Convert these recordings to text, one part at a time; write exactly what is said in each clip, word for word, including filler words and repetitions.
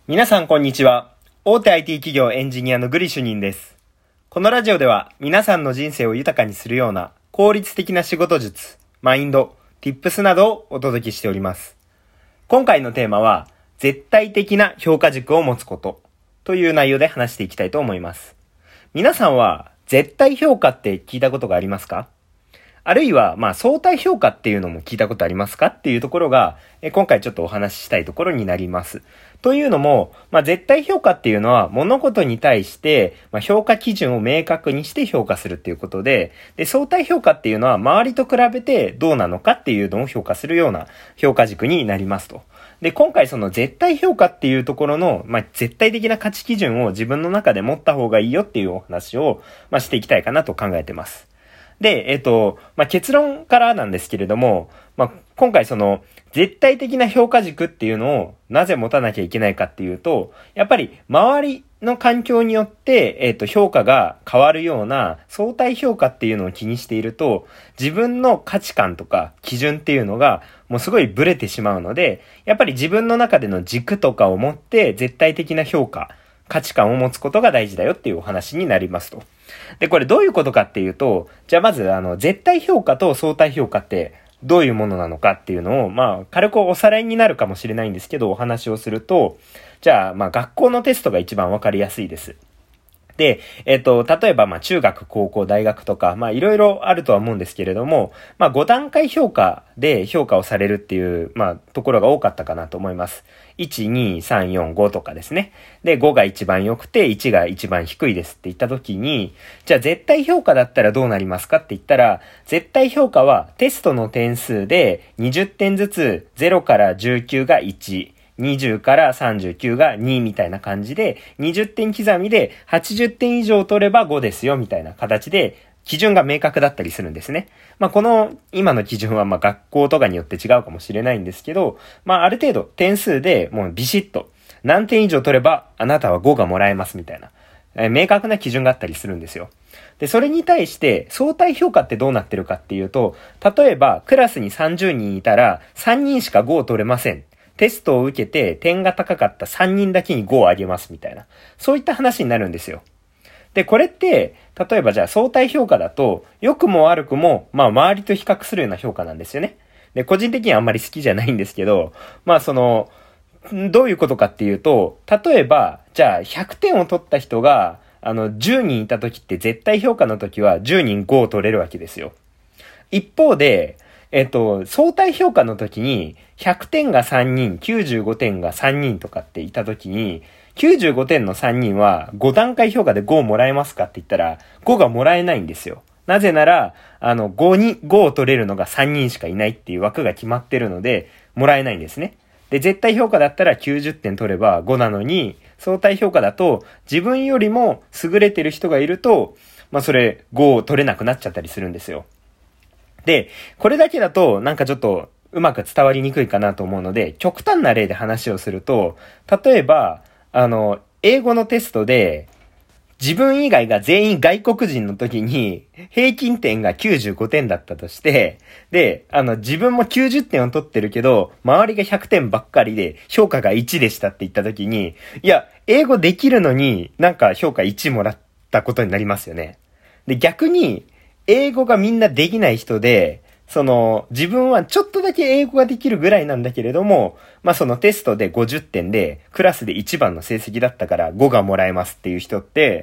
皆さんこんにちは。大手 アイティー 企業エンジニアのグリ主任です。このラジオでは皆さんの人生を豊かにするような効率的な仕事術、マインド、Tips などをお届けしております。今回のテーマは絶対的な評価軸を持つことという内容で話していきたいと思います。皆さんは絶対評価って聞いたことがありますか？あるいは、まあ、相対評価っていうのも聞いたことありますかっていうところが、え今回ちょっとお話ししたいところになります。というのも、まあ、絶対評価っていうのは物事に対して、まあ、評価基準を明確にして評価するっていうことで、で、相対評価っていうのは周りと比べてどうなのかっていうのを評価するような評価軸になりますと。で、今回その絶対評価っていうところの、まあ、絶対的な価値基準を自分の中で持った方がいいよっていうお話を、まあ、していきたいかなと考えてます。で、えっと、まあ、結論からなんですけれども、まあ、今回その、絶対的な評価軸っていうのをなぜ持たなきゃいけないかっていうと、やっぱり周りの環境によって、えっと、評価が変わるような相対評価っていうのを気にしていると、自分の価値観とか基準っていうのがもうすごいブレてしまうので、やっぱり自分の中での軸とかを持って絶対的な評価、価値観を持つことが大事だよっていうお話になりますと。で、これどういうことかっていうと、じゃあまずあの、絶対評価と相対評価ってどういうものなのかっていうのを、まあ、軽くおさらいになるかもしれないんですけど、お話をすると、じゃあ、まあ、学校のテストが一番わかりやすいです。で、えっと、例えば、ま、中学、高校、大学とか、まあ、いろいろあるとは思うんですけれども、まあ、ご段階評価で評価をされるっていう、まあ、ところが多かったかなと思います。いち、に、さん、よん、ごとかですね。で、ごが一番良くて、いちが一番低いですって言ったときに、じゃあ絶対評価だったらどうなりますかって言ったら、絶対評価はテストの点数でにじゅってんずつゼロからじゅうきゅうがいち、にじゅうからさんじゅうきゅうがにみたいな感じで、にじゅってん刻みではちじゅってん以上取ればごですよみたいな形で、基準が明確だったりするんですね。まあ、この今の基準はまあ学校とかによって違うかもしれないんですけど、まあ、ある程度点数でもうビシッと何点以上取ればあなたはごがもらえますみたいな、えー、明確な基準があったりするんですよ。で、それに対して相対評価ってどうなってるかっていうと、例えばクラスにさんじゅうにんいたらさんにんしかごを取れません。テストを受けて点が高かったさんにんだけにごをあげますみたいな、そういった話になるんですよ。で、これって、例えばじゃあ相対評価だと、良くも悪くも、まあ周りと比較するような評価なんですよね。で、個人的にはあんまり好きじゃないんですけど、まあその、どういうことかっていうと、例えば、じゃあひゃくてんを取った人が、あの、じゅうにんいた時って絶対評価の時はじゅうにんごを取れるわけですよ。一方で、えっと、相対評価の時に、ひゃくてんがさんにん、きゅうじゅうごてんがさんにんとかっていた時に、きゅうじゅうごてんのさんにんはご段階評価でごをもらえますかって言ったら、ごがもらえないんですよ。なぜなら、あの、ごに、ごを取れるのがさんにんしかいないっていう枠が決まってるので、もらえないんですね。で、絶対評価だったらきゅうじゅってん取ればごなのに、相対評価だと自分よりも優れてる人がいると、まあそれごを取れなくなっちゃったりするんですよ。で、これだけだとなんかちょっとうまく伝わりにくいかなと思うので、極端な例で話をすると、例えば、あの、英語のテストで、自分以外が全員外国人の時に、平均点がきゅうじゅうごてんだったとして、で、あの、自分もきゅうじゅってんを取ってるけど、周りがひゃくてんばっかりで、評価がいちでしたって言った時に、いや、英語できるのになんか評価いちもらったことになりますよね。で、逆に、英語がみんなできない人で、その、自分はちょっとだけ英語ができるぐらいなんだけれども、まあそのテストでごじゅってんで、クラスで一番の成績だったからごがもらえますっていう人って、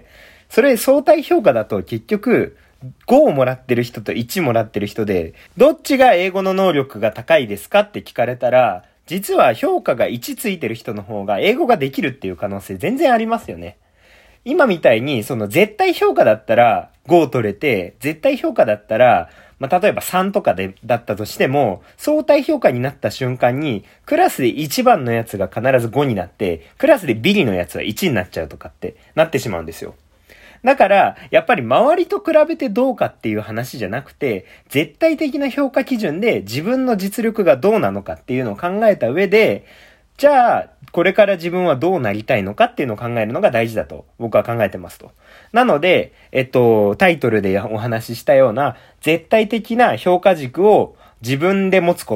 それ相対評価だと結局、ごをもらってる人といちもらってる人で、どっちが英語の能力が高いですかって聞かれたら、実は評価がいちついてる人の方が英語ができるっていう可能性全然ありますよね。今みたいに、その絶対評価だったらごを取れて、絶対評価だったら、まあ、例えばさんとかで、だったとしても、相対評価になった瞬間に、クラスでいちばんのやつが必ずごになって、クラスでビリのやつはいちになっちゃうとかってなってしまうんですよ。だから、やっぱり周りと比べてどうかっていう話じゃなくて、絶対的な評価基準で自分の実力がどうなのかっていうのを考えた上で、じゃあ、これから自分はどうなりたいのかっていうのを考えるのが大事だと僕は考えてますと。なので、えっと、タイトルでお話ししたような絶対的な評価軸を自分で持つこと。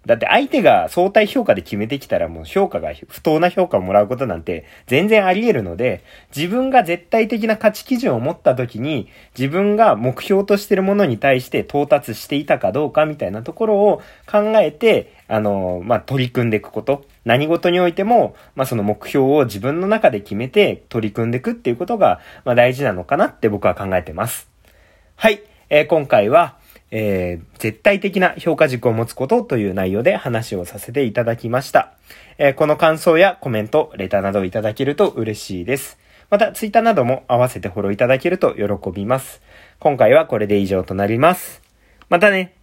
だって相手が相対評価で決めてきたらもう評価が不当な評価をもらうことなんて全然あり得るので、自分が絶対的な価値基準を持った時に自分が目標としているものに対して到達していたかどうかみたいなところを考えて、あの、まあ、取り組んでいくこと。何事においても、まあ、その目標を自分の中で決めて取り組んでいくっていうことが、まあ、大事なのかなって僕は考えてます。はい、えー、今回は、えー、絶対的な評価軸を持つことという内容で話をさせていただきました。えー、この感想やコメント、レターなどをいただけると嬉しいです。また、ツイッターなども合わせてフォローいただけると喜びます。今回はこれで以上となります。またね。